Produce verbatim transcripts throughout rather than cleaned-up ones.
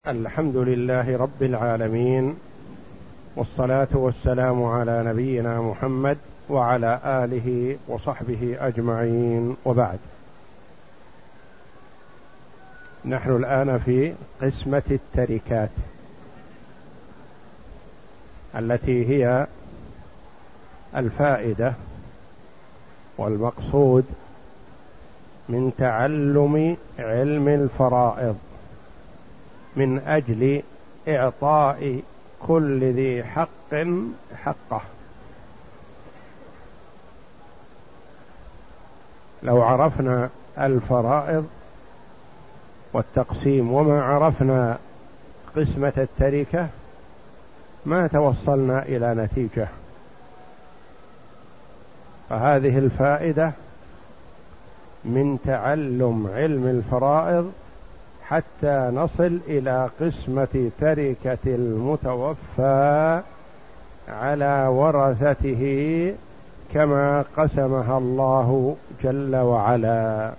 الحمد لله رب العالمين، والصلاة والسلام على نبينا محمد وعلى آله وصحبه أجمعين، وبعد. نحن الآن في قسمة التركات التي هي الفائدة والمقصود من تعلم علم الفرائض من أجل إعطاء كل ذي حق حقه. لو عرفنا الفرائض والتقسيم وما عرفنا قسمة التركة ما توصلنا إلى نتيجة. فهذه الفائدة من تعلم علم الفرائض حتى نصل إلى قسمة تركة المتوفى على ورثته كما قسمها الله جل وعلا.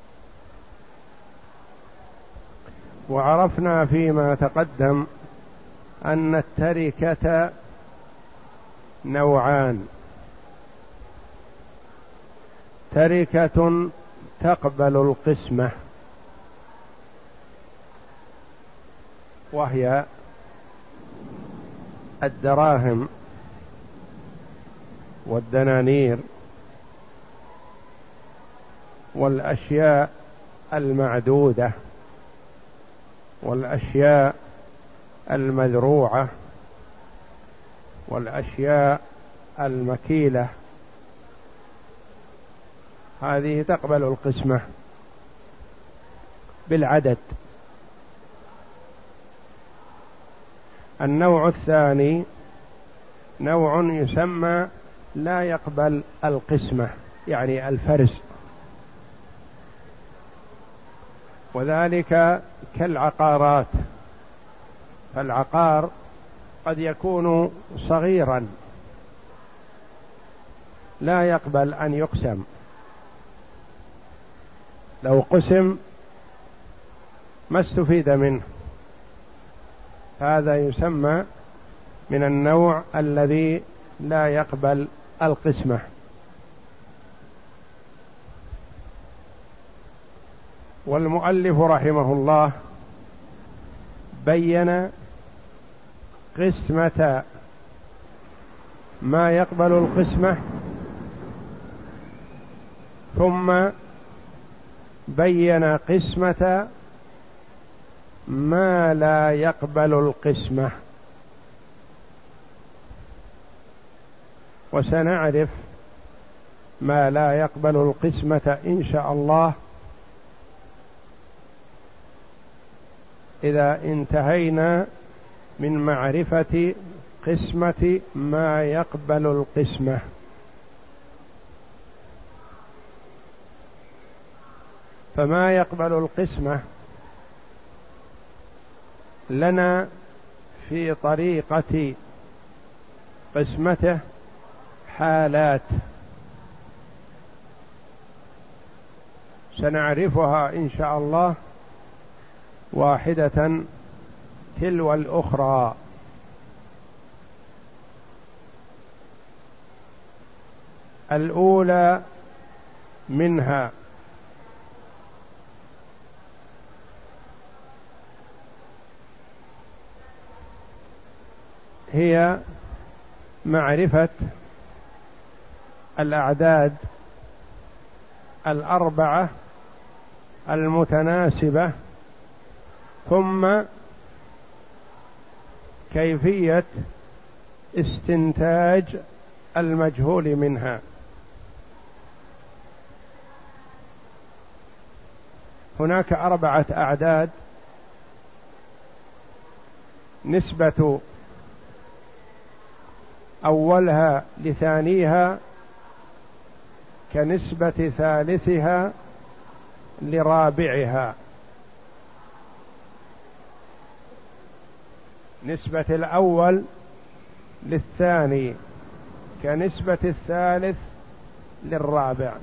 وعرفنا فيما تقدم أن التركة نوعان: تركة تقبل القسمة وهي الدراهم والدنانير والأشياء المعدودة والأشياء المذروعة والأشياء المكيلة، هذه تقبل القسمة بالعدد. النوع الثاني نوع يسمى لا يقبل القسمة، يعني الفرز، وذلك كالعقارات. فالعقار قد يكون صغيرا لا يقبل أن يقسم، لو قسم ما استفيد منه، هذا يسمى من النوع الذي لا يقبل القسمة. والمؤلف رحمه الله بين قسمة ما يقبل القسمة، ثم بين قسمة ما لا يقبل القسمة، وسنعرف ما لا يقبل القسمة إن شاء الله إذا انتهينا من معرفة قسمة ما يقبل القسمة. فما يقبل القسمة لنا في طريقة قسمته حالات سنعرفها إن شاء الله واحدة تلو الأخرى. الأولى منها هي معرفة الأعداد الأربعة المتناسبة، ثم كيفية استنتاج المجهول منها. هناك أربعة أعداد نسبة أولها لثانيها كنسبة ثالثها لرابعها. نسبة الأول للثاني كنسبة الثالث للرابع.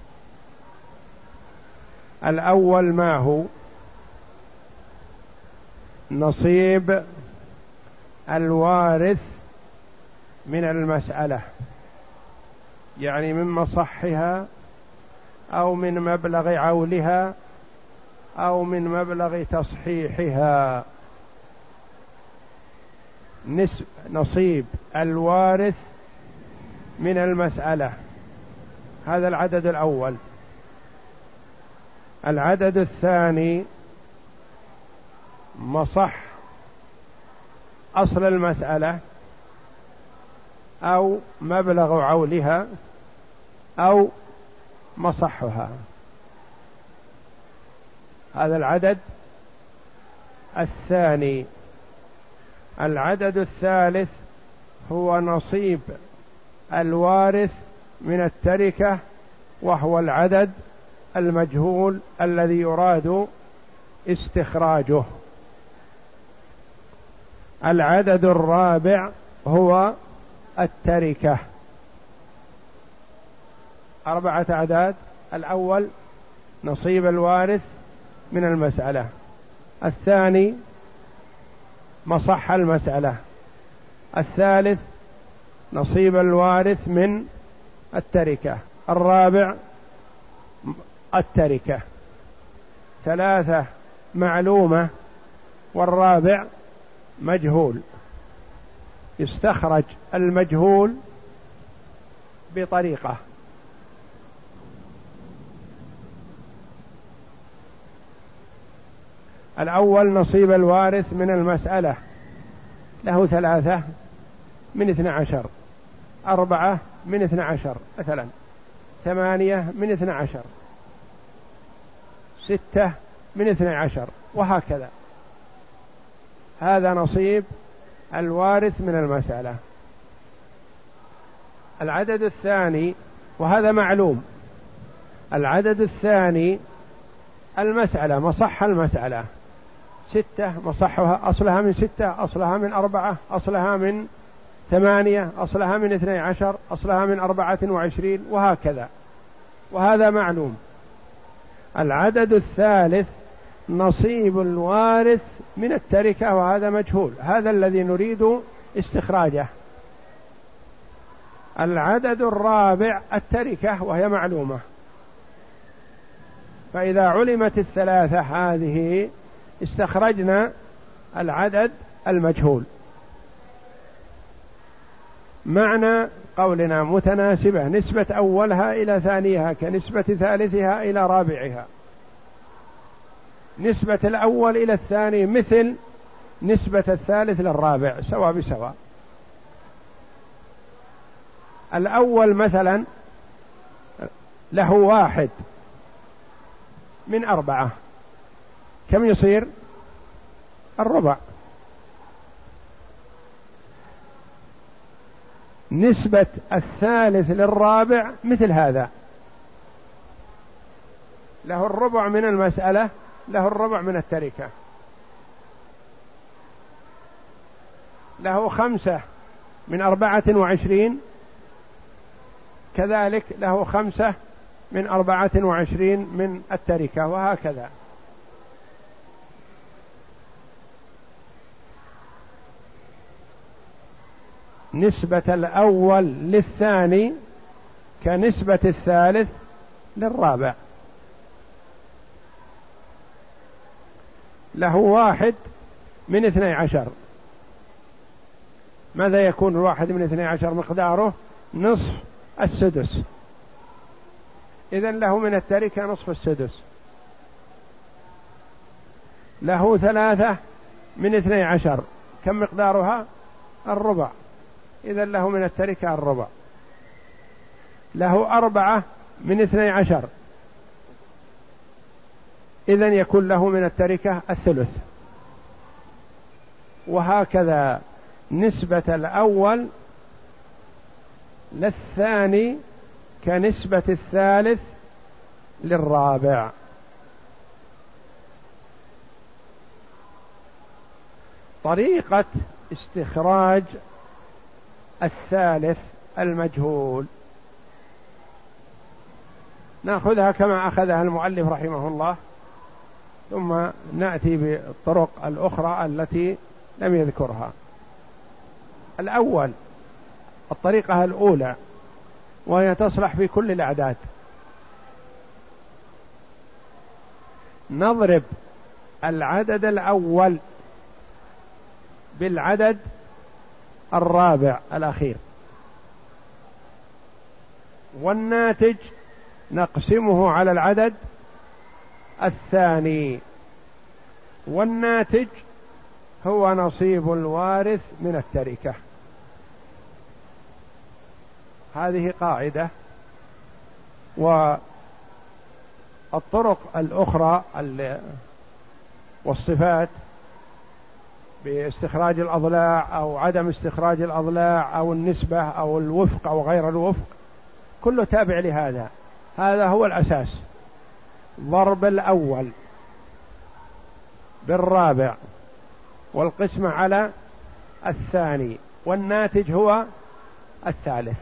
الأول ما هو؟ نصيب الوارث من المسألة، يعني من مصحها أو من مبلغ عولها أو من مبلغ تصحيحها. نصيب الوارث من المسألة، هذا العدد الأول. العدد الثاني مصح أصل المسألة أو مبلغ عولها أو مصحها، هذا العدد الثاني. العدد الثالث هو نصيب الوارث من التركة، وهو العدد المجهول الذي يراد استخراجه. العدد الرابع هو التركة، أربعة أعداد. الأول نصيب الوارث من المسألة، الثاني مصح المسألة، الثالث نصيب الوارث من التركة، الرابع التركة. ثلاثة معلومة والرابع مجهول. يستخرج المجهول بطريقة: الأول نصيب الوارث من المسألة، له ثلاثة من اثنى عشر، أربعة من اثنى عشر مثلا، ثمانية من اثنى عشر، ستة من اثنى عشر، وهكذا. هذا نصيب الوارث من المسألة. العدد الثاني، وهذا معلوم، العدد الثاني المسألة، مصح المسألة، ستة مصحها، أصلها من ستة، أصلها من أربعة، أصلها من ثمانية، أصلها من اثني عشر، أصلها من أربعة وعشرين، وهكذا، وهذا معلوم. العدد الثالث نصيب الوارث من التركة، وهذا مجهول، هذا الذي نريد استخراجه. العدد الرابع التركة، وهي معلومة. فإذا علمت الثلاثة هذه استخرجنا العدد المجهول. معنى قولنا متناسبة، نسبة أولها إلى ثانيها كنسبة ثالثها إلى رابعها، نسبة الأول إلى الثاني مثل نسبة الثالث للرابع، سواء بسواء. الأول مثلا له واحد من أربعة، كم يصير؟ الربع. نسبة الثالث للرابع مثل هذا، له الربع من المسألة، له الربع من التركة، له خمسة من أربعة وعشرين، كذلك له خمسة من أربعة وعشرين من التركة، وهكذا. نسبة الأول للثاني كنسبة الثالث للرابع. له واحد من اثني عشر، ماذا يكون الواحد من اثني عشر؟ مقداره نصف السدس، إذن له من التركة نصف السدس. له ثلاثة من اثني عشر، كم مقدارها؟ الربع، إذن له من التركة الربع. له أربعة من اثني عشر، إذن يكون له من التركة الثلث، وهكذا. نسبة الأول للثاني كنسبة الثالث للرابع. طريقة استخراج الثالث المجهول نأخذها كما أخذها المؤلف رحمه الله. ثم نأتي بالطرق الأخرى التي لم يذكرها. الأول الطريقة الأولى، وهي تصلح في كل الأعداد. نضرب العدد الأول بالعدد الرابع الأخير، والناتج نقسمه على العدد الثاني، والناتج هو نصيب الوارث من التركة. هذه قاعدة. والطرق الأخرى والصفات باستخراج الأضلاع أو عدم استخراج الأضلاع أو النسبة أو الوفق أو غير الوفق كله تابع لهذا. هذا هو الأساس. ضرب الأول بالرابع والقسمة على الثاني، والناتج هو الثالث.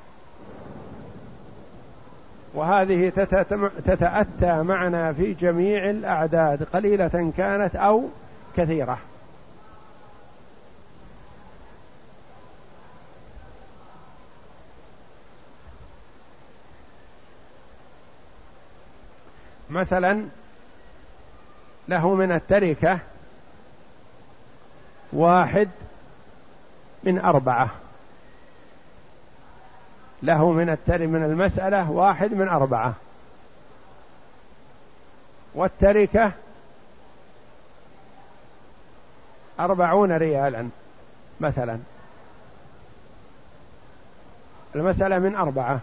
وهذه تتأتى معنا في جميع الأعداد قليلة كانت أو كثيرة. مثلا له من التركة واحد من أربعة، له من التركة من المسألة واحد من أربعة، والتركة أربعون ريالا مثلا. المسألة من أربعة،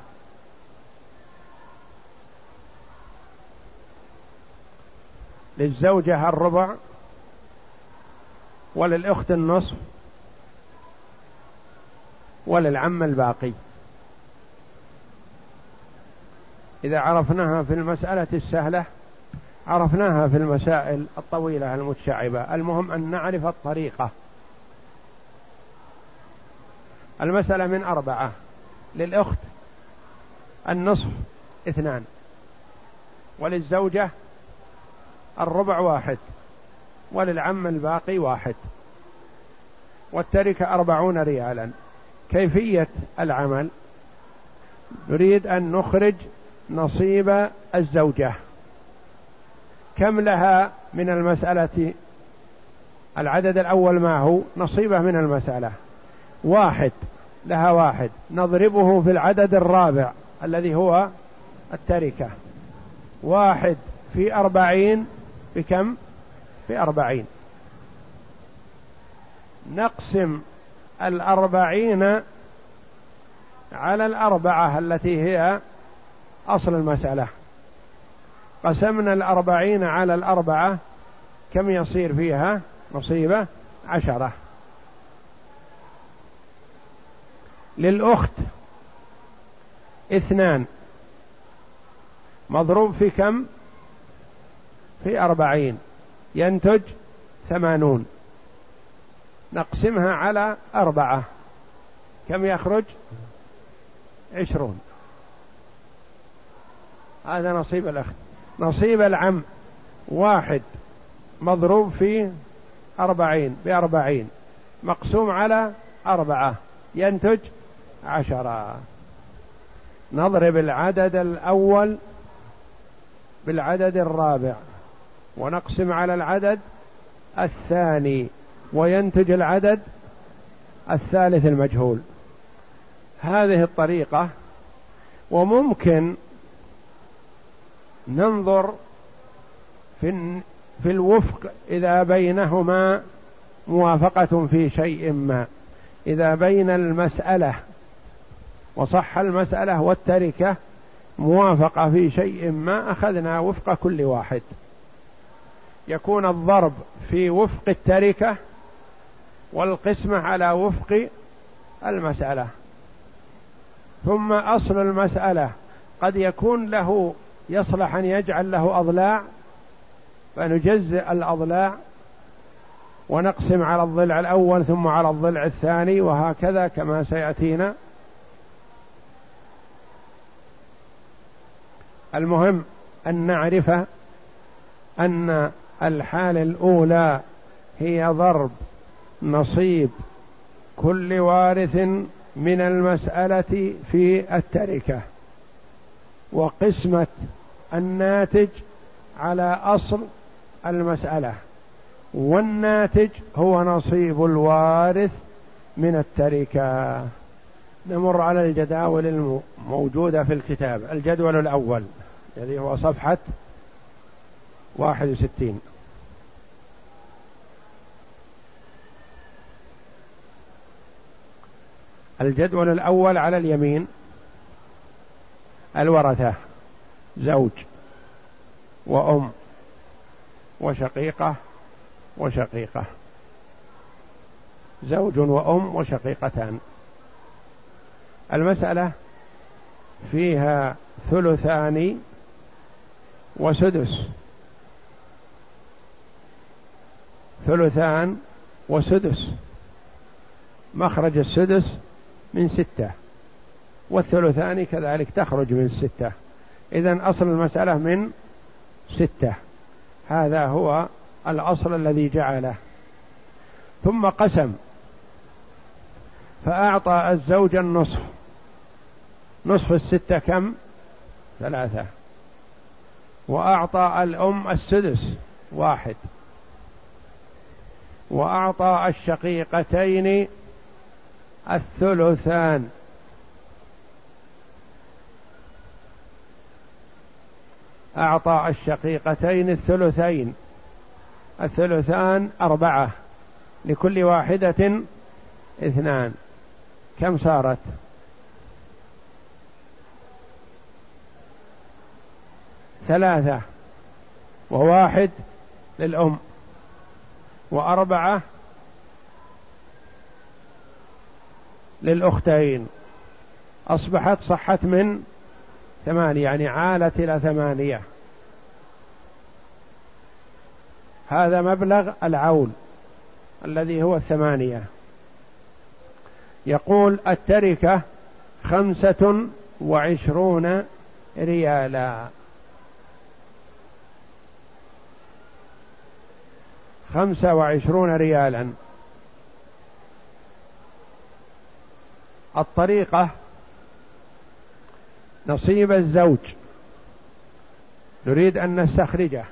للزوجة الربع وللأخت النصف وللعم الباقي. إذا عرفناها في المسألة السهلة عرفناها في المسائل الطويلة المتشعبة. المهم أن نعرف الطريقة. المسألة من أربعة، للأخت النصف اثنان، وللزوجة الربع واحد، وللعم الباقي واحد، والتركة أربعون ريالا. كيفية العمل؟ نريد أن نخرج نصيب الزوجة. كم لها من المسألة؟ العدد الأول ما هو نصيبه من المسألة؟ واحد، لها واحد، نضربه في العدد الرابع الذي هو التركة. واحد في أربعين بكم؟ في أربعين. نقسم الأربعين على الأربعة التي هي أصل المسألة. قسمنا الأربعين على الأربعة، كم يصير فيها نصيبه؟ عشرة. للأخت اثنان مضروب في كم؟ في أربعين، ينتج ثمانون. نقسمها على أربعة، كم يخرج؟ عشرون. هذا نصيب الأخت. نصيب العم واحد مضروب في أربعين بأربعين، مقسوم على أربعة، ينتج عشرة. نضرب العدد الأول بالعدد الرابع ونقسم على العدد الثاني، وينتج العدد الثالث المجهول. هذه الطريقة. وممكن ننظر في في الوفق إذا بينهما موافقة في شيء ما. إذا بين المسألة وصح المسألة والتركة موافقة في شيء ما، أخذنا وفق كل واحد. يكون الضرب في وفق التركة والقسمة على وفق المسألة. ثم أصل المسألة قد يكون له يصلح أن يجعل له أضلاع، فنجزئ الأضلاع ونقسم على الضلع الأول ثم على الضلع الثاني، وهكذا كما سيأتينا. المهم أن نعرف أن الحال الأولى هي ضرب نصيب كل وارث من المسألة في التركة، وقسمة الناتج على أصل المسألة، والناتج هو نصيب الوارث من التركة. نمر على الجداول الموجودة في الكتاب. الجدول الأول الذي هو صفحة واحد وستين. الجدول الأول على اليمين الورثة: زوج وأم وشقيقة وشقيقة، زوج وأم وشقيقتان. المسألة فيها ثلثان وسدس، ثلثان وسدس، مخرج السدس من ستة، والثلثان كذلك تخرج من ستة، إذن أصل المسألة من ستة. هذا هو الأصل الذي جعله. ثم قسم فأعطى الزوج النصف، نصف الستة كم؟ ثلاثة. وأعطى الأم السدس واحد، وأعطى الشقيقتين الثلثان، أعطى الشقيقتين الثلثين، الثلثان أربعة، لكل واحدة اثنان، كم صارت؟ ثلاثة، وواحد للأم، وأربعة للأختين، أصبحت صحت من ثمانية، يعني عالت إلى ثمانية. هذا مبلغ العول الذي هو الثمانية. يقول التركة خمسة وعشرون ريالا، خمسة وعشرون ريالا. الطريقة: نصيب الزوج نريد أن نستخرجه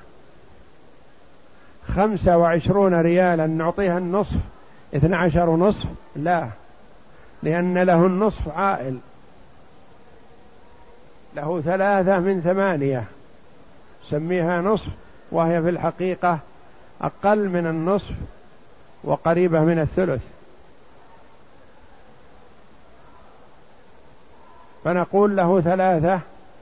خمسة وعشرون ريالا، نعطيها النصف اثنى عشر ونصف؟ لا، لأن له النصف عائل، له ثلاثة من ثمانية، سميها نصف، وهي في الحقيقة أقل من النصف وقريبة من الثلث. فنقول له ثلاثة،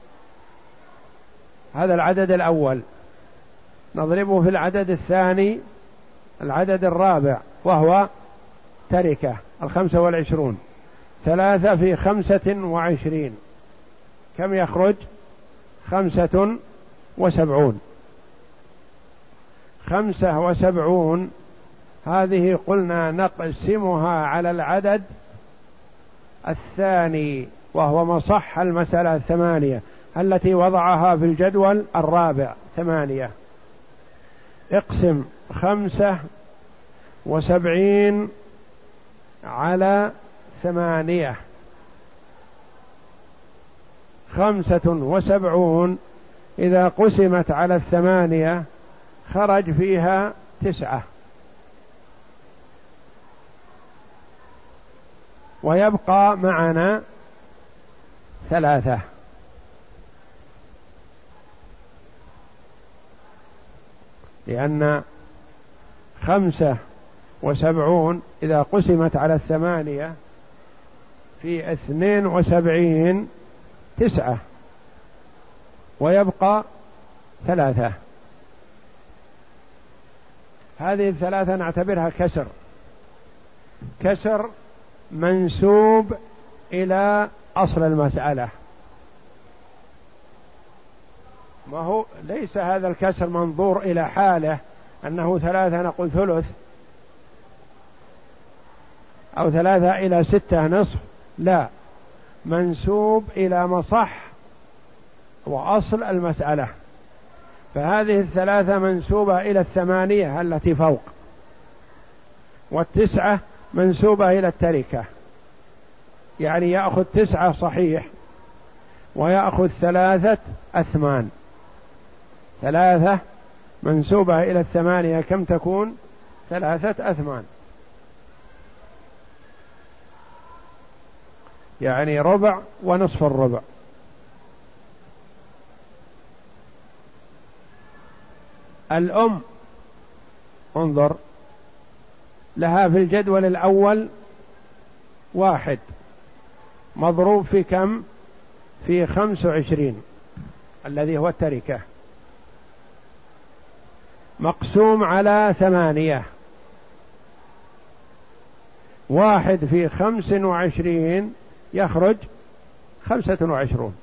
هذا العدد الأول، نضربه في العدد الثاني، العدد الرابع، وهو تركة الخمسة والعشرون، ثلاثة في خمسة وعشرين، كم يخرج؟ خمسة وسبعون. خمسة وسبعون هذه قلنا نقسمها على العدد الثاني، وهو مصح المسألة الثمانية التي وضعها في الجدول الرابع، ثمانية. اقسم خمسة وسبعين على ثمانية، خمسة وسبعون إذا قسمت على الثمانية خرج فيها تسعة، ويبقى معنا ثلاثة. لأن خمسة وسبعون إذا قسمت على الثمانية في اثنين وسبعين تسعة، ويبقى ثلاثة. هذه الثلاثة نعتبرها كسر، كسر منسوب إلى أصل المسألة، ما هو ليس هذا الكسر منظور إلى حاله أنه ثلاثة نقول ثلث، أو ثلاثة إلى ستة نصف، لا، منسوب إلى مصح وأصل المسألة. فهذه الثلاثة منسوبة إلى الثمانية التي فوق، والتسعة منسوبة إلى التركة، يعني يأخذ تسعة صحيح ويأخذ ثلاثة أثمان. ثلاثة منسوبة إلى الثمانية كم تكون؟ ثلاثة أثمان، يعني ربع ونصف الربع. الأم انظر لها في الجدول الأول واحد مضروب في كم؟ في خمس وعشرين الذي هو التركة، مقسوم على ثمانية، واحد في خمس وعشرين يخرج خمسة وعشرون.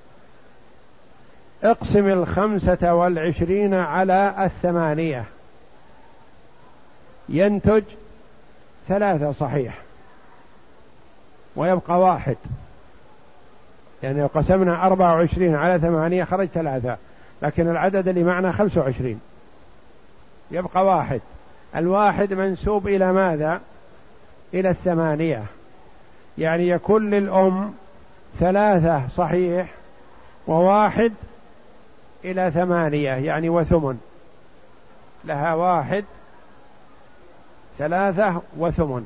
اقسم الخمسة والعشرين على الثمانية ينتج ثلاثة صحيح ويبقى واحد، يعني لو قسمنا أربعة وعشرين على ثمانية خرج ثلاثة، لكن العدد اللي معنا خمسة وعشرين يبقى واحد. الواحد منسوب إلى ماذا؟ إلى الثمانية، يعني يكون للأم ثلاثة صحيح وواحد إلى ثمانية، يعني وثمن، لها واحد ثلاثة وثمن.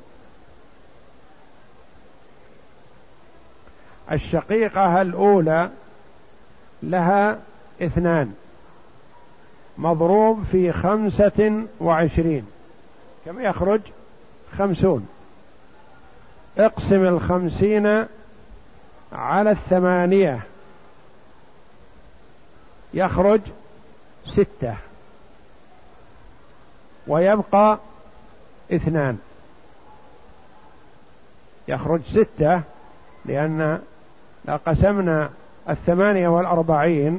الشقيقة الأولى لها اثنان مضروب في خمسة وعشرين كم يخرج؟ خمسون. اقسم الخمسين على الثمانية يخرج ستة ويبقى اثنان، يخرج ستة، لأن لو قسمنا الثمانية والأربعين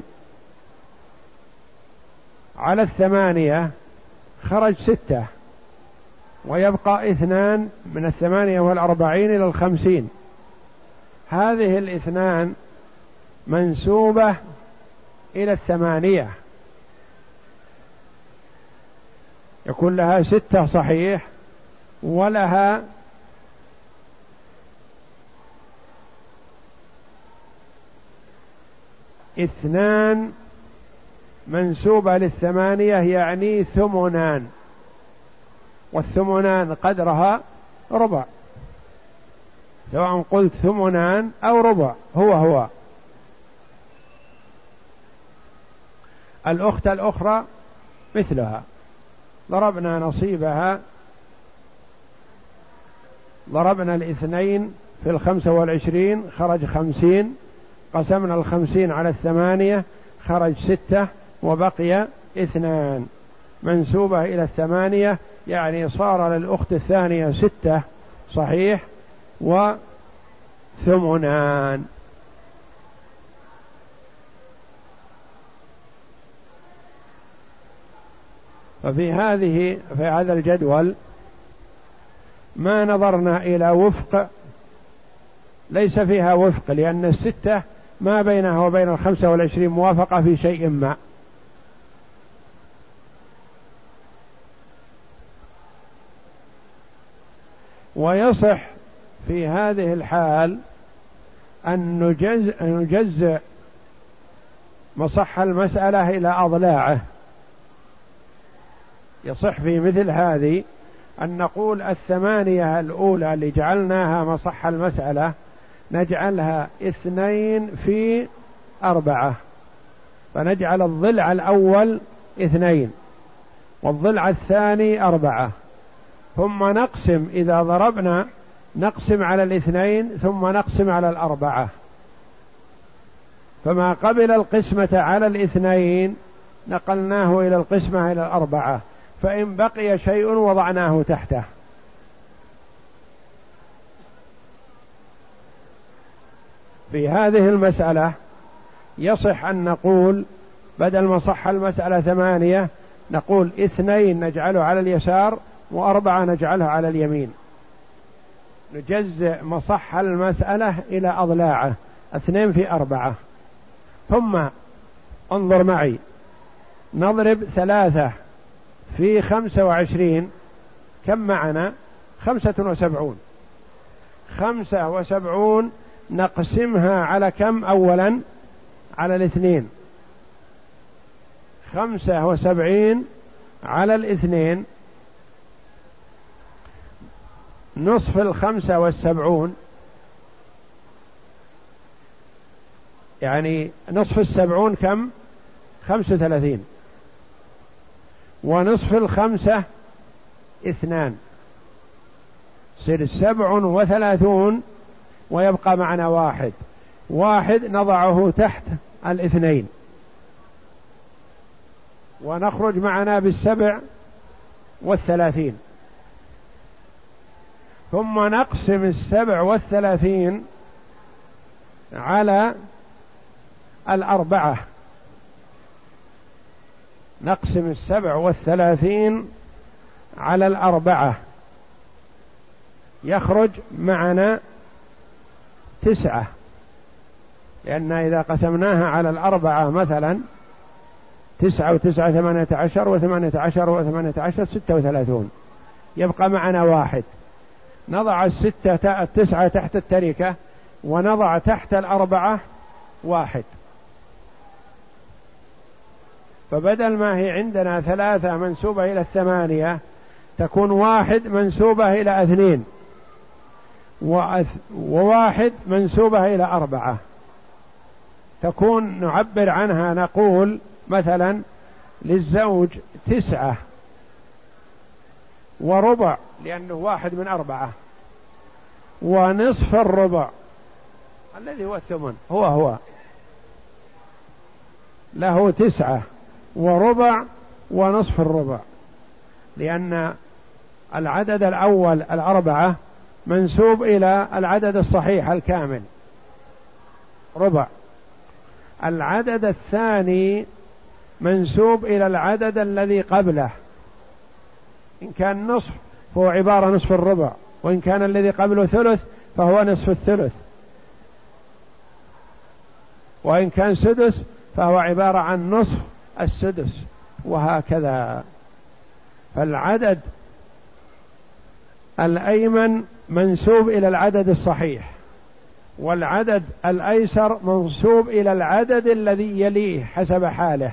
على الثمانية خرج ستة ويبقى اثنان من الثمانية والأربعين إلى الخمسين. هذه الاثنان منسوبة إلى الثمانية، يكون لها ستة صحيح ولها اثنان منسوبة للثمانية، يعني ثمنان، والثمنان قدرها ربع، سواء قلت ثمنان أو ربع هو هو. الأخت الأخرى مثلها، ضربنا نصيبها، ضربنا الاثنين في الخمسة والعشرين خرج خمسين، قسمنا الخمسين على الثمانية خرج ستة وبقي اثنان منسوبة إلى الثمانية، يعني صار للأخت الثانية ستة صحيح وثمنان. ففي هذه في هذا الجدول ما نظرنا إلى وفق، ليس فيها وفق، لأن الستة ما بينها وبين الخمسة والعشرين موافقة في شيء ما، ويصح في هذه الحال أن نجز نجزء مصح المسألة إلى أضلاعه. يصح في مثل هذه أن نقول الثمانية الأولى اللي جعلناها مصح المسألة نجعلها اثنين في أربعة، فنجعل الضلع الأول اثنين والضلع الثاني أربعة، ثم نقسم، إذا ضربنا نقسم على الاثنين ثم نقسم على الأربعة، فما قبل القسمة على الاثنين نقلناه إلى القسمة إلى الأربعة، فإن بقي شيء وضعناه تحته. في هذه المسألة يصح أن نقول بدل ما صح المسألة ثمانية نقول اثنين نجعله على اليسار وأربعة نجعلها على اليمين، نجزء مصح المسألة إلى أضلاعه اثنين في أربعة. ثم انظر معي، نضرب ثلاثة في خمسة وعشرين، كم معنا؟ خمسة وسبعون. خمسة وسبعون نقسمها على كم أولا؟ على الاثنين. خمسة وسبعين على الاثنين، نصف الخمسة والسبعون، يعني نصف السبعون كم؟ خمسة وثلاثين، ونصف الخمسة اثنان، يصير سبع وثلاثون، ويبقى معنا واحد. واحد نضعه تحت الاثنين، ونخرج معنا بالسبع والثلاثين، ثم نقسم السبع والثلاثين على الأربعة. نقسم السبع والثلاثين على الأربعة، يخرج معنا تسعة، لأن إذا قسمناها على الأربعة مثلا تسعة وتسعة ثمانية عشر، وثمانية عشر وثمانية عشر ستة وثلاثون، يبقى معنا واحد. نضع الستة التسعة تحت التركة، ونضع تحت الأربعة واحد، فبدل ما هي عندنا ثلاثة منسوبة إلى الثمانية تكون واحد منسوبة إلى اثنين، وواحد منسوبة إلى أربعة. تكون نعبر عنها نقول مثلا للزوج تسعة وربع، لأنه واحد من أربعة، ونصف الربع الذي هو الثمن، هو هو له تسعة وربع ونصف الربع، لأن العدد الأول الأربعة منسوب إلى العدد الصحيح الكامل ربع، العدد الثاني منسوب إلى العدد الذي قبله، إن كان نصف فهو عبارة نصف الربع، وإن كان الذي قبله ثلث فهو نصف الثلث، وإن كان سدس فهو عبارة عن نصف السدس، وهكذا. فالعدد الأيمن منسوب إلى العدد الصحيح، والعدد الأيسر منسوب إلى العدد الذي يليه حسب حاله.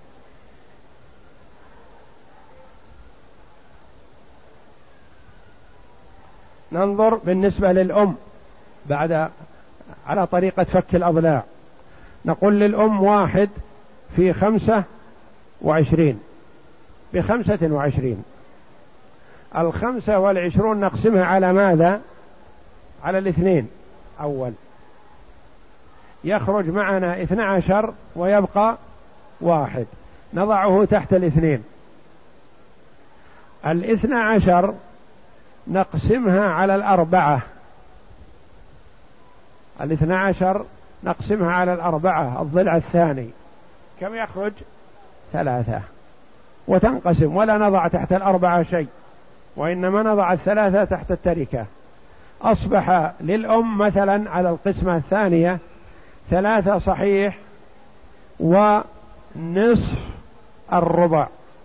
ننظر بالنسبة للأم بعد على طريقة فك الأضلاع. نقول للأم واحد في خمسة وعشرين بخمسة وعشرين. الخمسة والعشرون نقسمها على ماذا؟ على الاثنين أول، يخرج معنا اثنى عشر ويبقى واحد، نضعه تحت الاثنين. الاثنى عشر نقسمها على الأربعة، الاثنى عشر نقسمها على الأربعة الضلع الثاني، كم يخرج؟ ثلاثة، وتنقسم، ولا نضع تحت الأربعة شيء، وإنما نضع الثلاثة تحت التركة. أصبح للأم مثلا على القسمة الثانية ثلاثة صحيح ونصف الربع،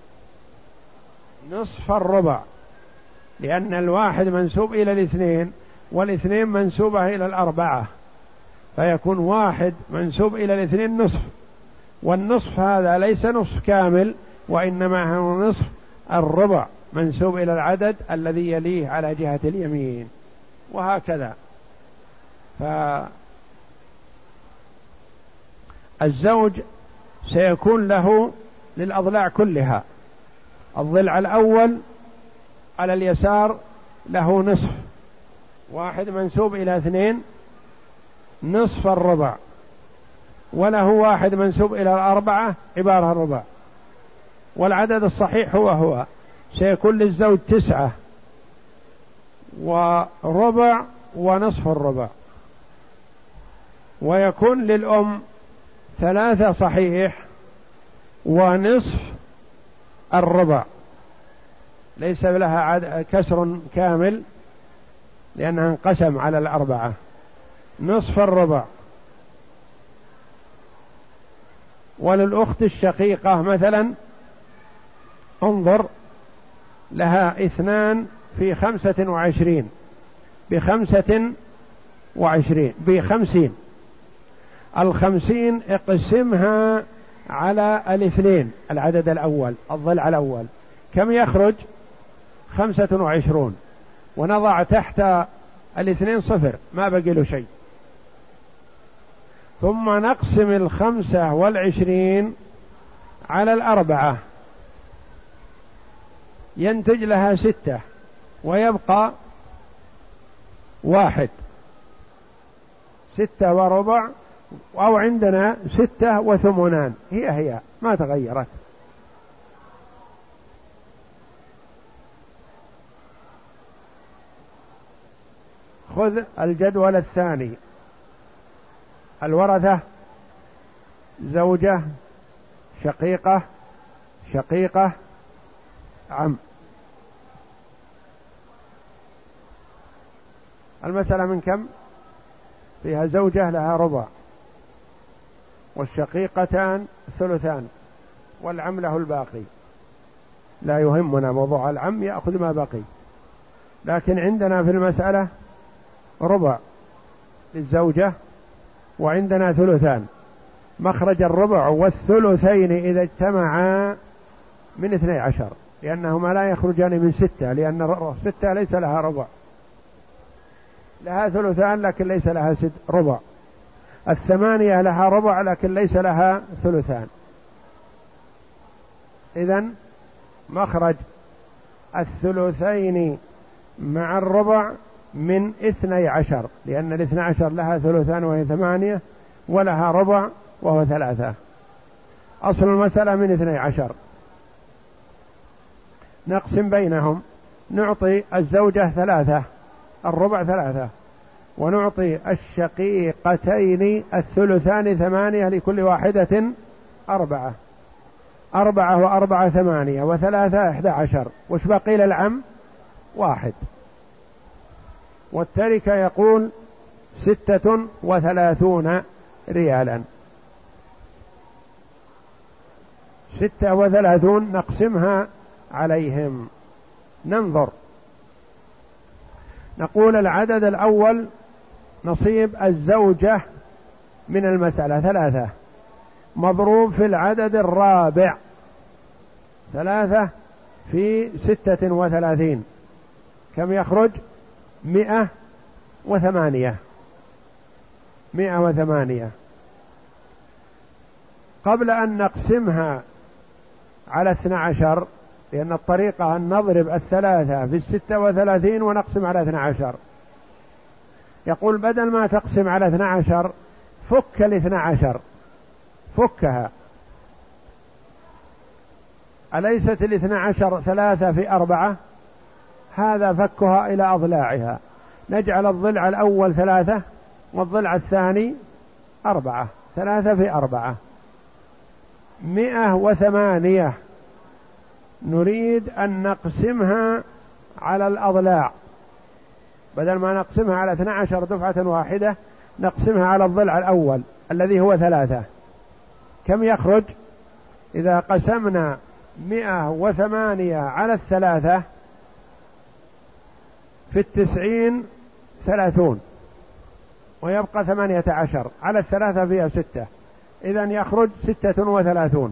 نصف الربع، لأن الواحد منسوب إلى الاثنين والاثنين منسوبة إلى الأربعة، فيكون واحد منسوب إلى الاثنين نصف، والنصف هذا ليس نصف كامل، وإنما هو نصف الربع منسوب إلى العدد الذي يليه على جهة اليمين، وهكذا. فالزوج سيكون له للأضلاع كلها، الضلع الأول على اليسار له نصف، واحد منسوب إلى اثنين نصف الربع، وله واحد منسوب إلى الأربعة عبارة الربع، والعدد الصحيح هو هو. سيكون للزوج تسعة وربع ونصف الربع، ويكون للأم ثلاثة صحيح ونصف الربع، ليس لها كسر كامل لأنها انقسم على الأربعة، نصف الربع. وللأخت الشقيقة مثلا انظر لها اثنان في خمسة وعشرين بخمسة وعشرين بخمسين، الخمسين اقسمها على الاثنين العدد الأول الضلع الأول كم يخرج؟ خمسة وعشرون، ونضع تحت الاثنين صفر ما بقي له شيء، ثم نقسم الخمسة والعشرين على الأربعة ينتج لها ستة ويبقى واحد، ستة وربع، أو عندنا ستة وثمانان، هي هي ما تغيرت. خذ الجدول الثاني، الورثة زوجة شقيقة شقيقة عم. المسألة من كم؟ فيها زوجة لها ربع، والشقيقتان ثلثان، والعم له الباقي. لا يهمنا موضوع العم، يأخذ ما بقي، لكن عندنا في المسألة ربع للزوجة وعندنا ثلثان. مخرج الربع والثلثين إذا اجتمعا من اثني عشر، لأنهما لا يخرجان من ستة، لأن ستة ليس لها ربع، لها ثلثان لكن ليس لها ست ربع. الثمانية لها ربع لكن ليس لها ثلثان. إذن مخرج الثلثين مع الربع من اثني عشر، لأن الاثني عشر لها ثلثان وهي ثمانية، ولها ربع وهو ثلاثة. أصل المسألة من اثني عشر، نقسم بينهم، نعطي الزوجة ثلاثة الربع ثلاثة، ونعطي الشقيقتين الثلثان ثمانية، لكل واحدة أربعة، أربعة وأربعة ثمانية، وثلاثة إحدى عشر، وش بقي للعم؟ واحد. والتركة يقول ستة وثلاثون ريالا، ستة وثلاثون نقسمها عليهم. ننظر، نقول العدد الأول نصيب الزوجة من المسألة ثلاثة، مضروب في العدد الرابع، ثلاثة في ستة وثلاثين، كم يخرج؟ مئة وثمانية، مئة وثمانية. قبل أن نقسمها على اثنى عشر، لأن الطريقة أن نضرب الثلاثة في الستة وثلاثين ونقسم على اثنى عشر، يقول بدل ما تقسم على اثنى عشر فك الاثنى عشر، فكها. أليست الاثنى عشر ثلاثة في أربعة؟ هذا فكها إلى أضلاعها، نجعل الضلع الأول ثلاثة والضلع الثاني أربعة، ثلاثة في أربعة، مئة وثمانية. نريد أن نقسمها على الأضلاع، بدل ما نقسمها على اثنى عشر دفعة واحدة نقسمها على الضلع الأول الذي هو ثلاثة. كم يخرج إذا قسمنا مئة وثمانية على الثلاثة؟ في التسعين ثلاثون، ويبقى ثمانية عشر، على الثلاثة فيها ستة، إذن يخرج ستة وثلاثون.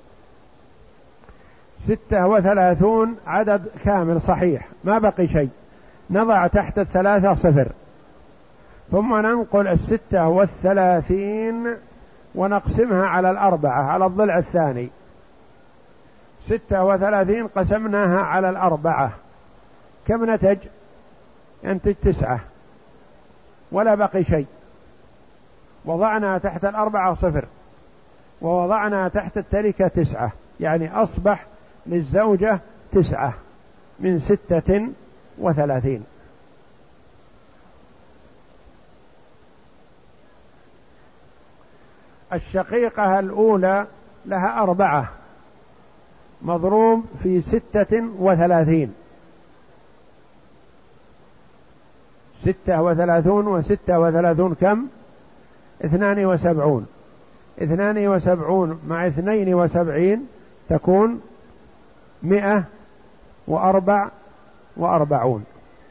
ستة وثلاثون عدد كامل صحيح، ما بقي شيء، نضع تحت الثلاثة صفر، ثم ننقل الستة والثلاثين ونقسمها على الأربعة على الضلع الثاني. ستة وثلاثين قسمناها على الأربعة، كم نتج؟ ينتج تسعة، ولا بقي شيء. وضعنا تحت الأربعة صفر، ووضعنا تحت التركة تسعة، يعني أصبح للزوجة تسعة من ستة وثلاثين. الشقيقة الأولى لها أربعة، مضروب في ستة وثلاثين، ستة وثلاثون وستة وثلاثون كم؟ اثنان مئة وأربع وأربعون،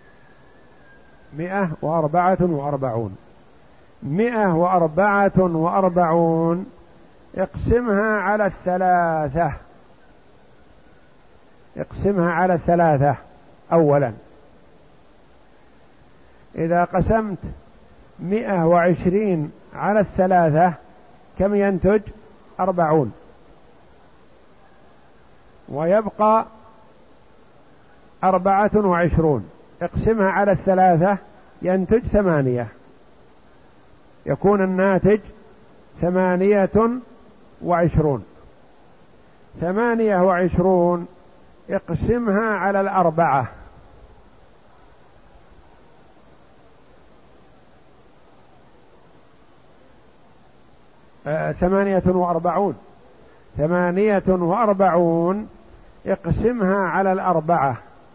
مئة وأربعة وأربعون. مئة وأربعة وأربعون اقسمها على الثلاثة، اقسمها على الثلاثة أولا. إذا قسمت مئة وعشرين على الثلاثة كم ينتج؟ أربعون، ويبقى أربعة وعشرون. اقسمها على الثلاثة ينتج ثمانية، يكون الناتج ثمانية وعشرون. ثمانية وعشرون اقسمها على الأربعة آه ثمانية وأربعون. ثمانية وأربعون اقسمها على الأربعة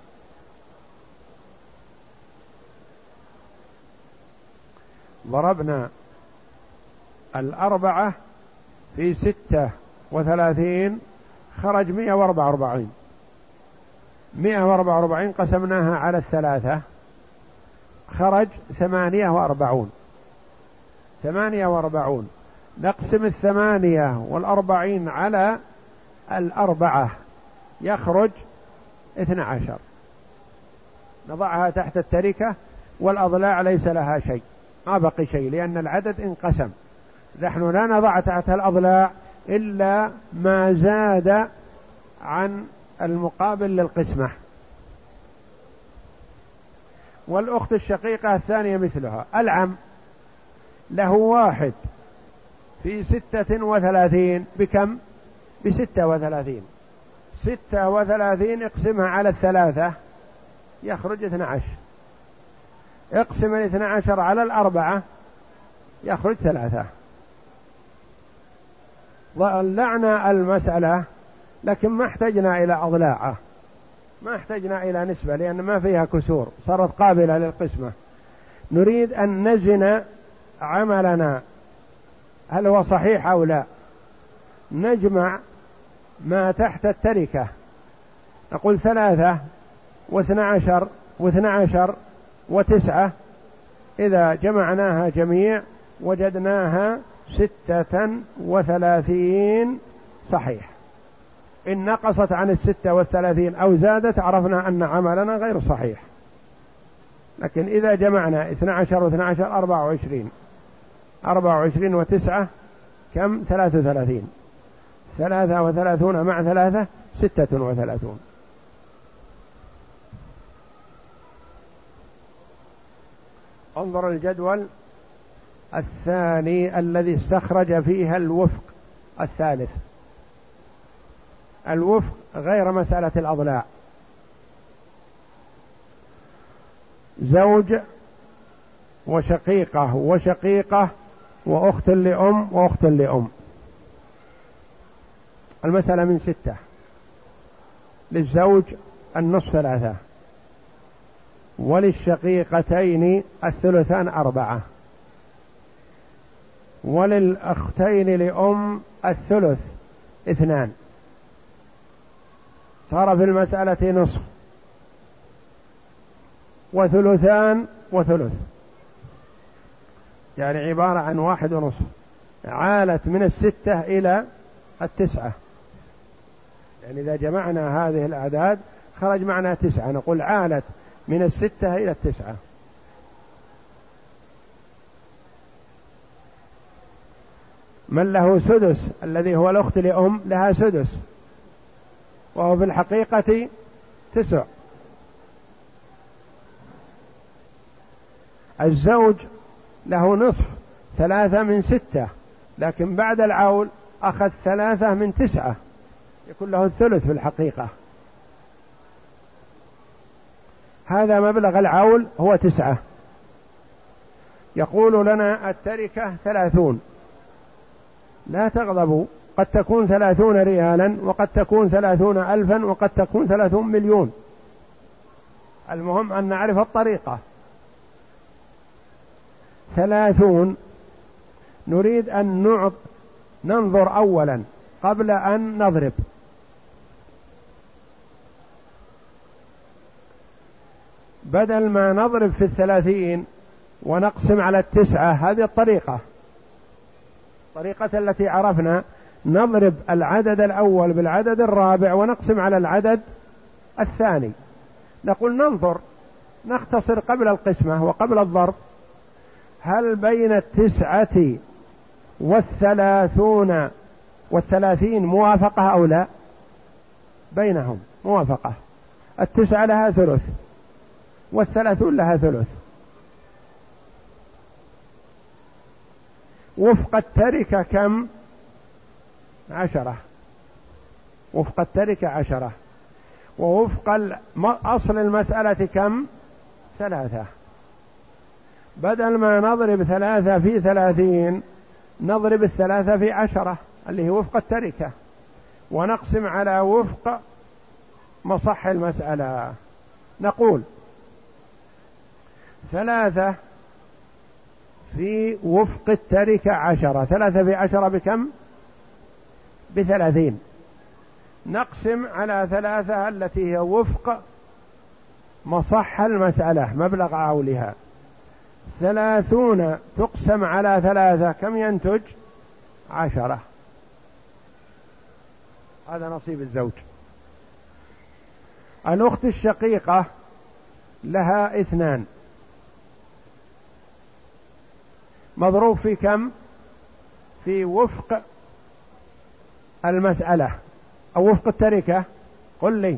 ضربنا الأربعة في ستة وثلاثين خرج مئة وأربعة وأربعين. مئة وأربعة وأربعين قسمناها على الثلاثة خرج ثمانية وأربعون. ثمانية وأربعون نقسم الثمانية والأربعين على الأربعة يخرج اثنى عشر. نضعها تحت التركة والأضلاع ليس لها شيء، ما بقي شيء لأن العدد انقسم. نحن لا نضع تحت الأضلاع إلا ما زاد عن المقابل للقسمة. والأخت الشقيقة الثانية مثلها. العم له واحد في ستة وثلاثين بكم؟ بستة وثلاثين. ستة وثلاثين اقسمها على الثلاثة يخرج اثنى عشر. اقسم الاثنى عشر على الأربعة يخرج ثلاثة. ضلعنا المسألة لكن ما احتجنا إلى أضلاعه، ما احتجنا إلى نسبة لأن ما فيها كسور، صارت قابلة للقسمة. نريد أن نزن عملنا هل هو صحيح أو لا. نجمع ما تحت التركة، نقول ثلاثة واثنى عشر واثنى عشر وتسعة، إذا جمعناها جميع وجدناها ستة وثلاثين صحيح. إن نقصت عن الستة والثلاثين أو زادت عرفنا أن عملنا غير صحيح. لكن إذا جمعنا اثنى عشر واثنى عشر أربعة وعشرين، أربعة وعشرين وتسعة كم؟ ثلاثة وثلاثين. ثلاثة وثلاثون مع ثلاثة ستة وثلاثون. انظر الجدول الثاني الذي استخرج فيها الوفق الثالث. الوفق غير مسألة الأضلاع. زوج وشقيقة وشقيقة وأخت لأم وأخت لأم. المسألة من ستة. للزوج النصف ثلاثة، وللشقيقتين الثلثان أربعة، وللأختين لأم الثلث اثنان. صار في المسألة نصف وثلثان وثلث، يعني عبارة عن واحد ونصف. عالت من الستة إلى التسعة، يعني إذا جمعنا هذه الأعداد خرج معنا تسعة، نقول عالت من الستة إلى التسعة. من له سدس الذي هو الأخت لأم لها سدس، وهو في الحقيقة تسع. الزوج له نصف، ثلاثة من ستة، لكن بعد العول أخذ ثلاثة من تسعة، يكون له الثلث في الحقيقة. هذا مبلغ العول هو تسعة. يقول لنا التركة ثلاثون. لا تغضبوا، قد تكون ثلاثون ريالا وقد تكون ثلاثون ألفا وقد تكون ثلاثون مليون. المهم أن نعرف الطريقة. ثلاثون نريد أن نعط ننظر أولا قبل أن نضرب. بدل ما نضرب في الثلاثين ونقسم على التسعة، هذه الطريقة الطريقة التي عرفنا، نضرب العدد الأول بالعدد الرابع ونقسم على العدد الثاني. نقول ننظر نختصر قبل القسمة وقبل الضرب، هل بين التسعة والثلاثون والثلاثين موافقة أو لا؟ بينهم موافقة، التسعة لها ثلث والثلاثون لها ثلث. وفق التركة كم؟ عشرة. وفق التركة عشرة. ووفق أصل المسألة كم؟ ثلاثة. بدل ما نضرب ثلاثة في ثلاثين نضرب الثلاثة في عشرة اللي هي وفق التركة، ونقسم على وفق مصح المسألة. نقول ثلاثة في وفق التركة عشرة، ثلاثة في عشرة بكم؟ بثلاثين. نقسم على ثلاثة التي هي وفق مصح المسألة مبلغ عولها، ثلاثون تقسم على ثلاثة كم ينتج؟ عشرة. هذا نصيب الزوج. الأخت الشقيقة لها اثنان، مضروب في كم؟ في وفق المسألة أو وفق التركة، قل لي.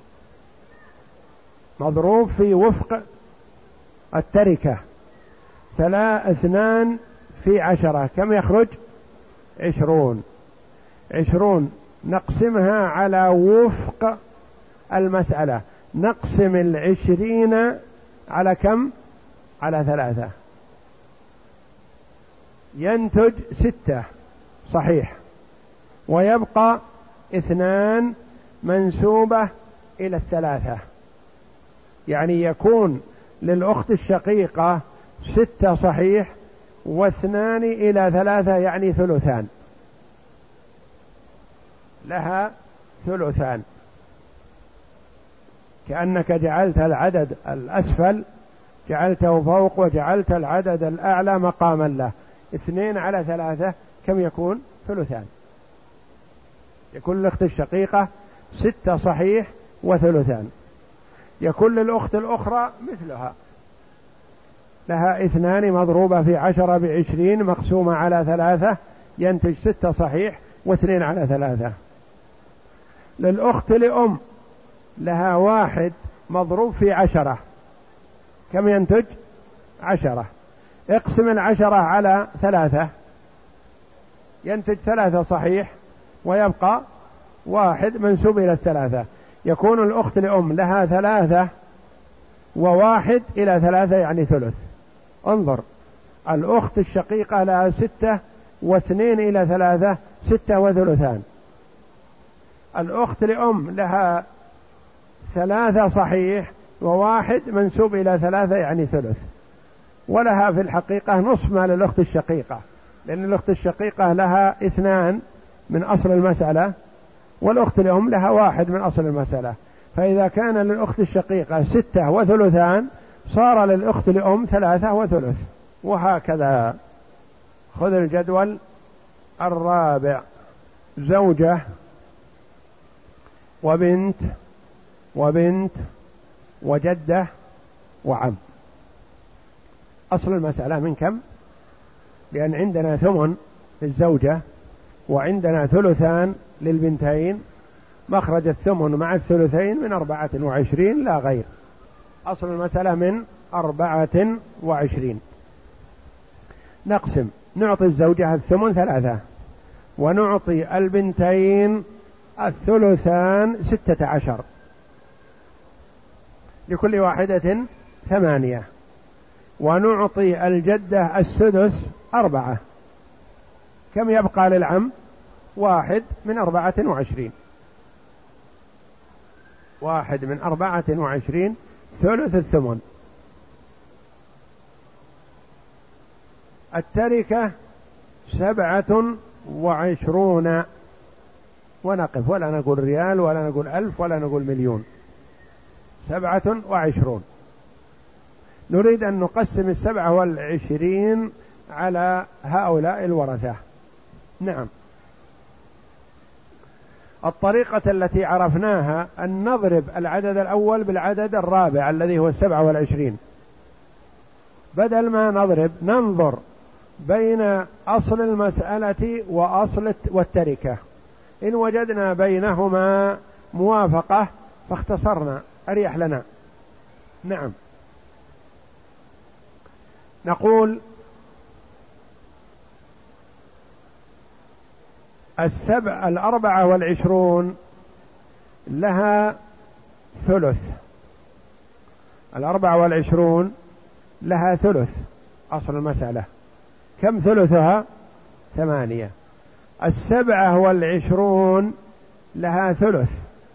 مضروب في وفق التركة، ثلاث اثنان في عشرة كم يخرج؟ عشرون. عشرون نقسمها على وفق المسألة، نقسم العشرين على كم؟ على ثلاثة، ينتج ستة صحيح، ويبقى اثنان منسوبة إلى الثلاثة، يعني يكون للأخت الشقيقة ستة صحيح واثنان إلى ثلاثة يعني ثلثان، لها ثلثان، كأنك جعلت العدد الأسفل جعلته فوق وجعلت العدد الأعلى مقاما له. اثنين على ثلاثة كم يكون؟ ثلثان. يكون للأخت الشقيقة ستة صحيح وثلثان. يكون للأخت الأخرى مثلها، لها اثنان مضروبة في عشرة بعشرين مقسومة على ثلاثة ينتج ستة صحيح واثنين على ثلاثة. للأخت لأم لها واحد مضروب في عشرة كم ينتج؟ عشرة. اقسم العشرة على ثلاثة ينتج ثلاثة صحيح ويبقى واحد منسوب إلى الثلاثة. يكون الأخت لأم لها ثلاثة وواحد إلى ثلاثة يعني ثلث. انظر، الأخت الشقيقة لها ستة واثنين إلى ثلاثة ستة وثلثان. الأخت لأم لها ثلاثة صحيح وواحد منسوب إلى ثلاثة يعني ثلث، ولها في الحقيقة نصف ما للأخت الشقيقة، لأن الأخت الشقيقة لها اثنان من أصل المسألة والأخت لأم لها واحد من أصل المسألة، فإذا كان للأخت الشقيقة ستة وثلثان صار للأخت لأم ثلاثة وثلث، وهكذا. خذ الجدول الرابع: زوجة وبنت وبنت وجدة وعم. أصل المسألة من كم؟ لأن عندنا ثمن للزوجة وعندنا ثلثان للبنتين، مخرج الثمن مع الثلثين من أربعة وعشرين لا غير. أصل المسألة من أربعة وعشرين. نقسم، نعطي الزوجة الثمن ثلاثة ونعطي البنتين الثلثان ستة عشر، لكل واحدة ثمانية، ونعطي الجدة السدس أربعة. كم يبقى للعم؟ واحد من أربعة وعشرين. واحد من أربعة وعشرين ثلث الثمن. التركة سبعة وعشرون، ونقف، ولا نقول ريال ولا نقول ألف ولا نقول مليون، سبعة وعشرون. نريد أن نقسم السبعة والعشرين على هؤلاء الورثة. نعم. الطريقة التي عرفناها أن نضرب العدد الأول بالعدد الرابع الذي هو السبعة والعشرين، بدل ما نضرب ننظر بين أصل المسألة وأصل والتركة، إن وجدنا بينهما موافقة فاختصرنا أريح لنا. نعم. نقول السبع الأربعة والعشرون لها ثلث، الأربعة والعشرون لها ثلث أصل المسألة. كم ثلثها؟ ثمانية. السبعة والعشرون لها ثلث،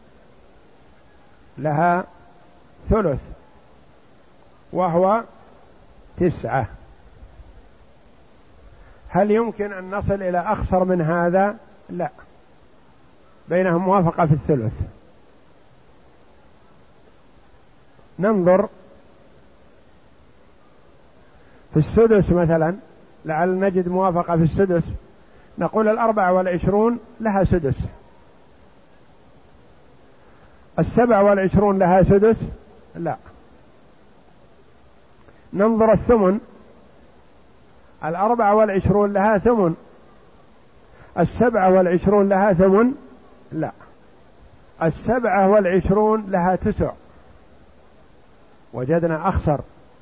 لها ثلث وهو تسعة. هل يمكن أن نصل إلى أخسر من هذا؟ لا، بينهم موافقة في الثلث. ننظر في السدس مثلا، لعل نجد موافقة في السدس. نقول الأربعة والعشرون لها سدس، السبع والعشرون لها سدس؟ لا. ننظر الثمن، الأربعة والعشرون لها ثمن، السبعة والعشرون لها ثمن؟ لا. السبعة والعشرون لها تسع، وجدنا أخسر.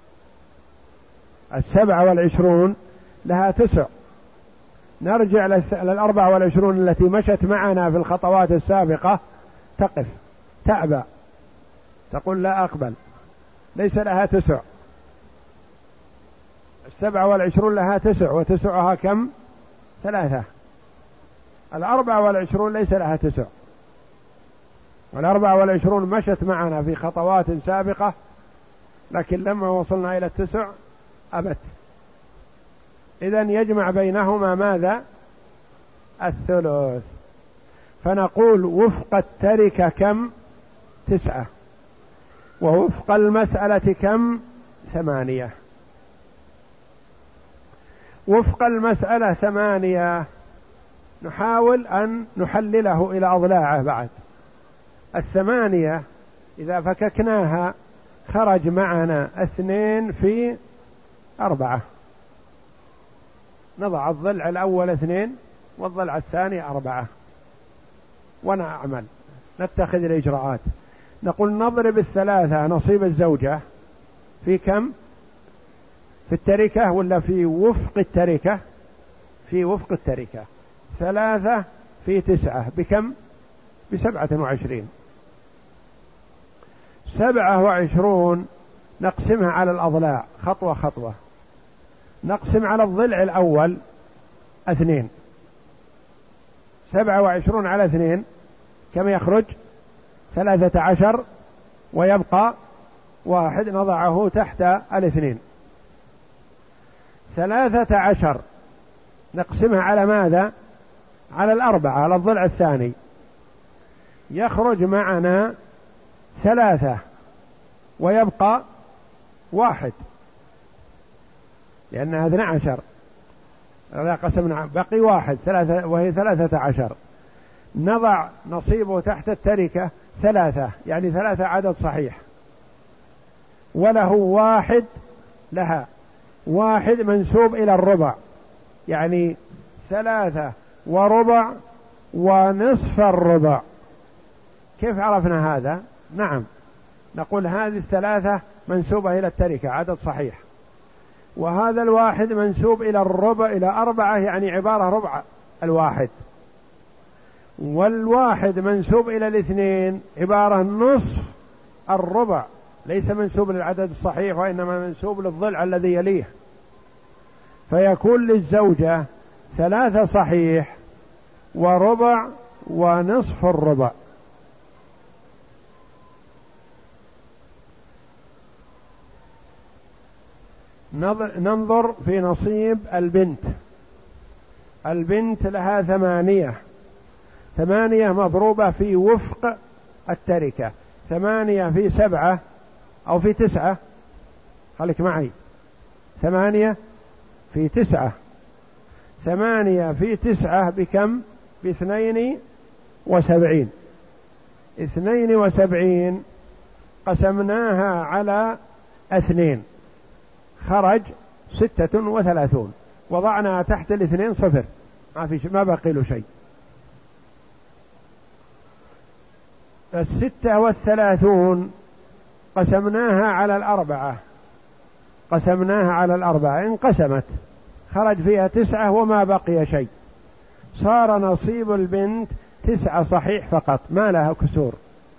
السبعة والعشرون لها تسع. نرجع للأربعة والعشرون التي مشت معنا في الخطوات السابقة، تقف تأبى، تقول لا أقبل، ليس لها تسع. السبعة والعشرون لها تسع، وتسعها كم؟ ثلاثة. الأربعة والعشرون ليس لها تسع، والأربعة والعشرون مشت معنا في خطوات سابقة، لكن لما وصلنا إلى التسع أبت. إذن يجمع بينهما ماذا؟ الثلث. فنقول وفق التركة كم؟ تسعة. ووفق المسألة كم؟ ثمانية. وفق المسألة ثمانية. نحاول أن نحلله إلى أضلاعه بعد. الثمانية إذا فككناها خرج معنا اثنين في أربعة. نضع الضلع الأول اثنين والضلع الثاني أربعة ونعمل، نتخذ الإجراءات. نقول نضرب الثلاثة نصيب الزوجة في كم؟ في التركة ولا في وفق التركة؟ في وفق التركة. ثلاثة في تسعة بكم؟ بسبعة وعشرين. سبعة وعشرون نقسمها على الأضلاع خطوة خطوة. نقسم على الضلع الأول اثنين. سبعة وعشرون على اثنين كم يخرج؟ ثلاثة عشر، ويبقى واحد نضعه تحت الاثنين. ثلاثة عشر نقسمها على ماذا؟ على الأربعة، على الضلع الثاني. يخرج معنا ثلاثة ويبقى واحد، لأنها اثنى عشر. إذا قسمنا بقي واحد، ثلاثة وهي ثلاثة عشر. نضع نصيبه تحت التركة ثلاثة، يعني ثلاثة عدد صحيح، وله واحد لها، واحد منسوب إلى الربع، يعني ثلاثة وربع ونصف الربع. كيف عرفنا هذا؟ نعم، نقول هذه الثلاثة منسوبة إلى التركة عدد صحيح، وهذا الواحد منسوب إلى الربع إلى أربعة، يعني عبارة ربع الواحد، والواحد منسوب إلى الاثنين عبارة نصف الربع، ليس منسوب للعدد الصحيح وإنما منسوب للضلع الذي يليه. فيكون للزوجة ثلاثة صحيح وربع ونصف الربع. ننظر في نصيب البنت. البنت لها ثمانية، ثمانية مضروبة في وفق التركة. ثمانية في سبعة أو في تسعة، خليك معي، ثمانية في تسعة، ثمانية في تسعة بكم؟ باثنين وسبعين. اثنين وسبعين قسمناها على اثنين خرج ستة وثلاثون، وضعنا تحت الاثنين صفر، ما في ما بقي له شيء. الستة والثلاثون قسمناها على الأربعة، قسمناها على الأربعة انقسمت، خرج فيها تسعة وما بقي شيء، صار نصيب البنت تسعة صحيح فقط ما لها كسور،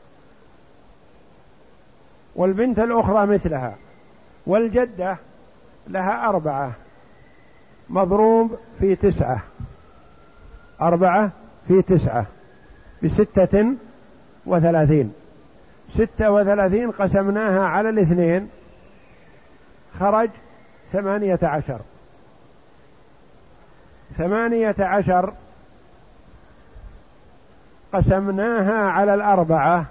والبنت الأخرى مثلها، والجدة لها أربعة مضروب في تسعة، أربعة في تسعة بستة وثلاثين، ستة وثلاثين قسمناها على الاثنين خرج ثمانية عشر، ثمانية عشر قسمناها على الأربعة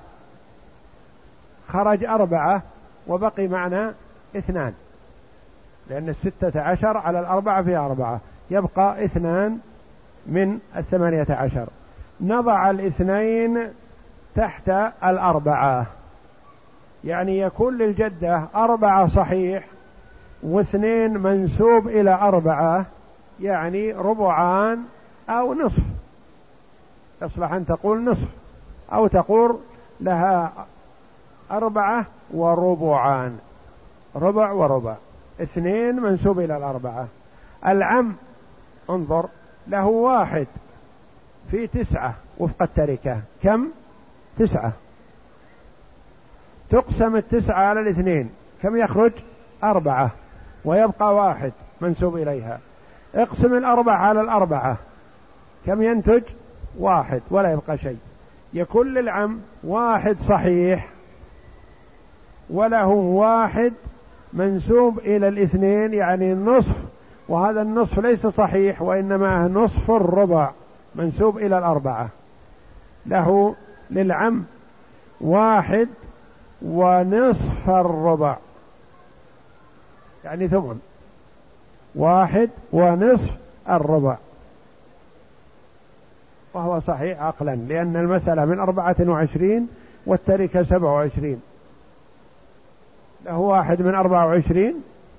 خرج أربعة وبقي معنا اثنان، لأن الستة عشر على الأربعة في أربعة يبقى اثنان من الثمانية عشر. نضع الاثنين تحت الأربعة، يعني يكون للجدة أربعة صحيح واثنين منسوب إلى أربعة، يعني ربعان أو نصف، يصلح أن تقول نصف، أو تقول لها أربعة وربعان، ربع وربع، اثنين منسوب إلى الأربعة. العم انظر له واحد في تسعة وفق التركة، كم؟ تسعة، تقسم التسعة على الاثنين كم يخرج؟ أربعة، ويبقى واحد منسوب إليها. اقسم الأربعة على الأربعة كم ينتج؟ واحد، ولا يبقى شيء. يكون للعم واحد صحيح وله واحد منسوب إلى الاثنين، يعني النصف، وهذا النصف ليس صحيح وإنما نصف الربع منسوب إلى الأربعة. له للعم واحد ونصف الربع، يعني ثمن، واحد ونصف الربع، وهو صحيح عقلا، لأن المسألة من أربعة وعشرين والتركة سبعة وعشرين، له واحد من أربعة وعشرين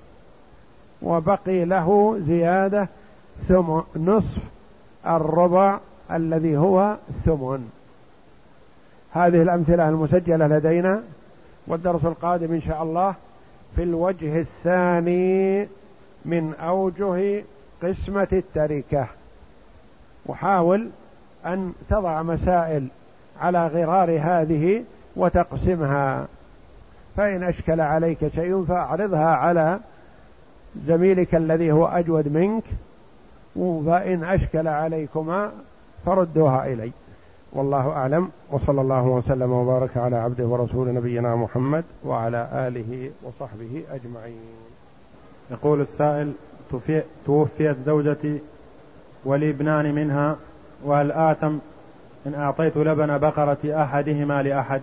وبقي له زيادة ثم نصف الربع الذي هو ثمن. هذه الأمثلة المسجلة لدينا، والدرس القادم إن شاء الله في الوجه الثاني من أوجه قسمة التركة. وحاول أن تضع مسائل على غرار هذه وتقسمها، فإن أشكل عليك شيء فأعرضها على زميلك الذي هو أجود منك، وإن أشكل عليكما فردوها إلي. والله أعلم، وصلى الله وسلم وبارك على عبده ورسول نبينا محمد وعلى آله وصحبه أجمعين. يقول السائل: توفيت زوجتي ولي ابنان منها، وهل آثم إن أعطيت لبن بقرة أحدهما لأحد؟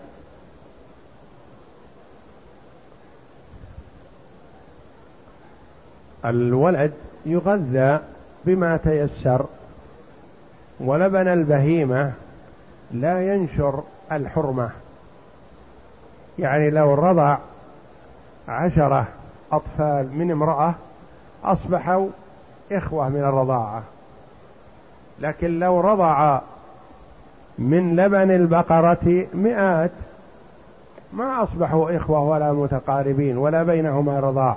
الولد يغذى بما تيسر، ولبن البهيمة لا ينشر الحرمة، يعني لو رضع عشرة أطفال من امرأة أصبحوا إخوة من الرضاعة، لكن لو رضع من لبن البقرة مئات ما أصبحوا إخوة ولا متقاربين ولا بينهما رضاع،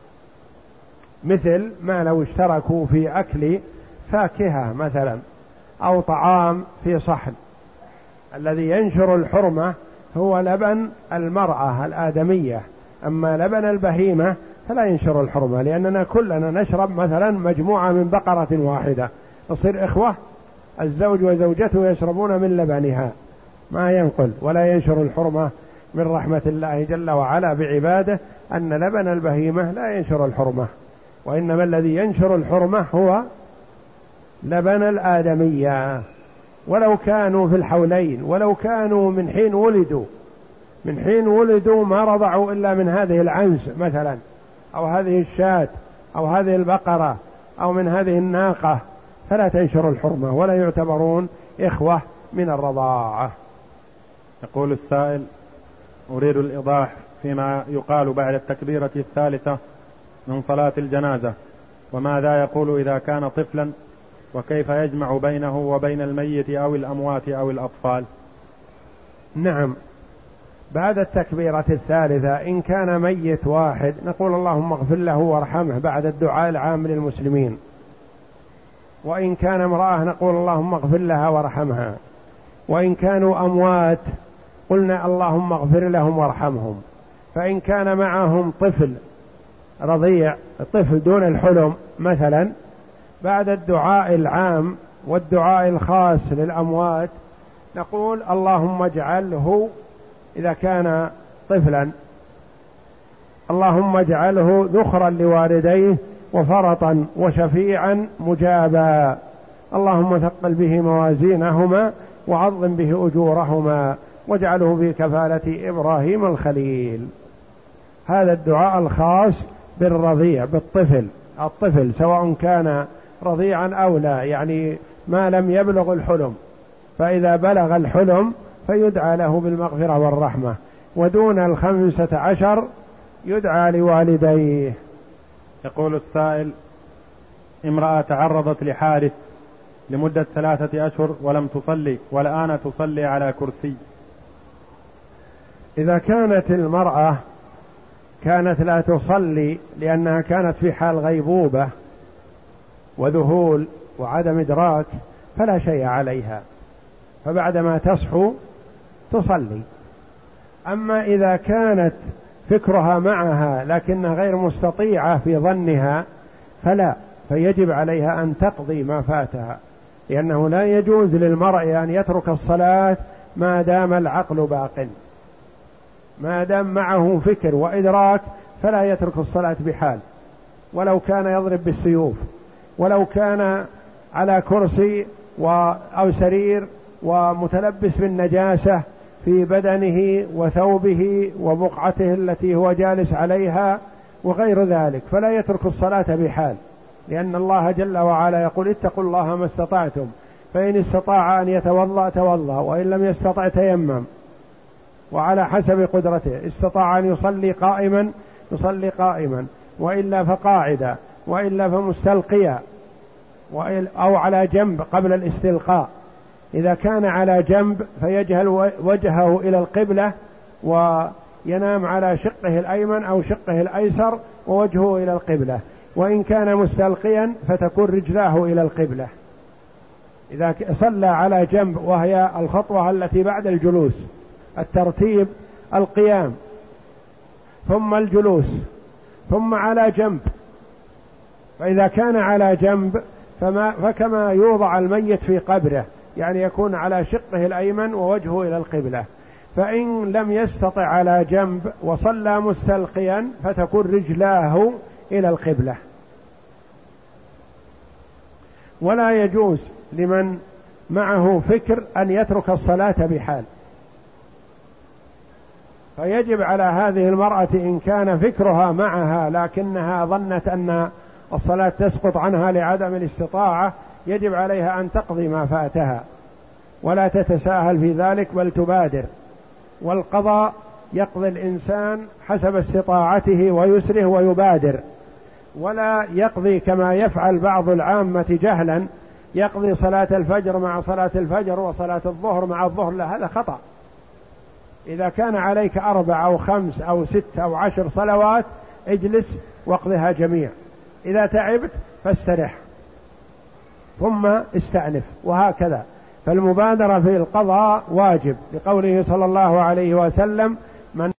مثل ما لو اشتركوا في أكل فاكهة مثلا أو طعام في صحن. الذي ينشر الحرمة هو لبن المرأة الآدمية، أما لبن البهيمة فلا ينشر الحرمة، لأننا كلنا نشرب مثلا مجموعة من بقرة واحدة نصير إخوة، الزوج وزوجته يشربون من لبنها، ما ينقل ولا ينشر الحرمة. من رحمة الله جل وعلا بعباده أن لبن البهيمة لا ينشر الحرمة، وإنما الذي ينشر الحرمة هو لبن الآدمية، ولو كانوا في الحولين، ولو كانوا من حين ولدوا، من حين ولدوا ما رضعوا إلا من هذه العنز مثلا، أو هذه الشاة أو هذه البقرة أو من هذه الناقة فلا تنشر الحرمة ولا يعتبرون إخوة من الرضاعة. يقول السائل: أريد الإيضاح فيما يقال بعد التكبيرة الثالثة من صلاة الجنازة، وماذا يقول إذا كان طفلا، وكيف يجمع بينه وبين الميت أو الأموات أو الأطفال؟ نعم، بعد التكبيرة الثالثة إن كان ميت واحد نقول اللهم اغفر له وارحمه بعد الدعاء العام للمسلمين، وإن كان امرأة نقول اللهم اغفر لها وارحمها، وإن كانوا أموات قلنا اللهم اغفر لهم وارحمهم. فإن كان معهم طفل رضيع، طفل دون الحلم مثلا، بعد الدعاء العام والدعاء الخاص للأموات نقول اللهم اجعله، إذا كان طفلا اللهم اجعله ذخرا لوالديه وفرطا وشفيعا مجابا، اللهم ثقل به موازينهما وعظم به أجورهما واجعله في كفالة إبراهيم الخليل. هذا الدعاء الخاص بالرضيع، بالطفل، الطفل سواء كان رضيعا أو لا، يعني ما لم يبلغ الحلم، فإذا بلغ الحلم فيدعى له بالمغفرة والرحمة، ودون الخمسة عشر يدعى لوالديه. يقول السائل: امرأة تعرضت لحادث لمدة ثلاثة أشهر ولم تصلي، والآن تصلي على كرسي. إذا كانت المرأة كانت لا تصلي لأنها كانت في حال غيبوبة وذهول وعدم إدراك فلا شيء عليها، فبعدما تصحو تصلي. أما إذا كانت فكرها معها لكنها غير مستطيعة في ظنها فلا، فيجب عليها أن تقضي ما فاتها، لأنه لا يجوز للمرء أن يترك الصلاة ما دام العقل باق، ما دام معه فكر وإدراك فلا يترك الصلاة بحال، ولو كان يضرب بالسيوف، ولو كان على كرسي أو سرير ومتلبس بالنجاسة في بدنه وثوبه وبقعته التي هو جالس عليها وغير ذلك، فلا يترك الصلاة بحال، لأن الله جل وعلا يقول اتقوا الله ما استطعتم، فإن استطاع أن يتوضأ توضأ، وإن لم يستطع تيمم، وعلى حسب قدرته. استطاع أن يصلي قائما يصلي قائما، وإلا فقاعدا، وإلا فمستلقيا، أو على جنب قبل الاستلقاء. إذا كان على جنب فيجهل وجهه إلى القبلة وينام على شقه الأيمن أو شقه الأيسر ووجهه إلى القبلة، وإن كان مستلقيا فتكون رجلاه إلى القبلة. إذا صلى على جنب وهي الخطوة التي بعد الجلوس، الترتيب القيام ثم الجلوس ثم على جنب، فإذا كان على جنب فما فكما يوضع الميت في قبره، يعني يكون على شقه الأيمن ووجهه إلى القبلة. فإن لم يستطع على جنب وصلى مستلقيا فتكون رجلاه إلى القبلة. ولا يجوز لمن معه فكر أن يترك الصلاة بحال، فيجب على هذه المرأة إن كان فكرها معها لكنها ظنت أن الصلاة تسقط عنها لعدم الاستطاعة، يجب عليها أن تقضي ما فاتها ولا تتساهل في ذلك بل تبادر. والقضاء يقضي الإنسان حسب استطاعته ويسره ويبادر، ولا يقضي كما يفعل بعض العامة جهلا، يقضي صلاة الفجر مع صلاة الفجر وصلاة الظهر مع الظهر، لا، هذا خطأ. إذا كان عليك أربع أو خمس أو ست أو عشر صلوات اجلس واقضها جميع، إذا تعبت فاسترح ثم استأنف، وهكذا. فالمبادرة في القضاء واجب، لقوله صلى الله عليه وسلم: من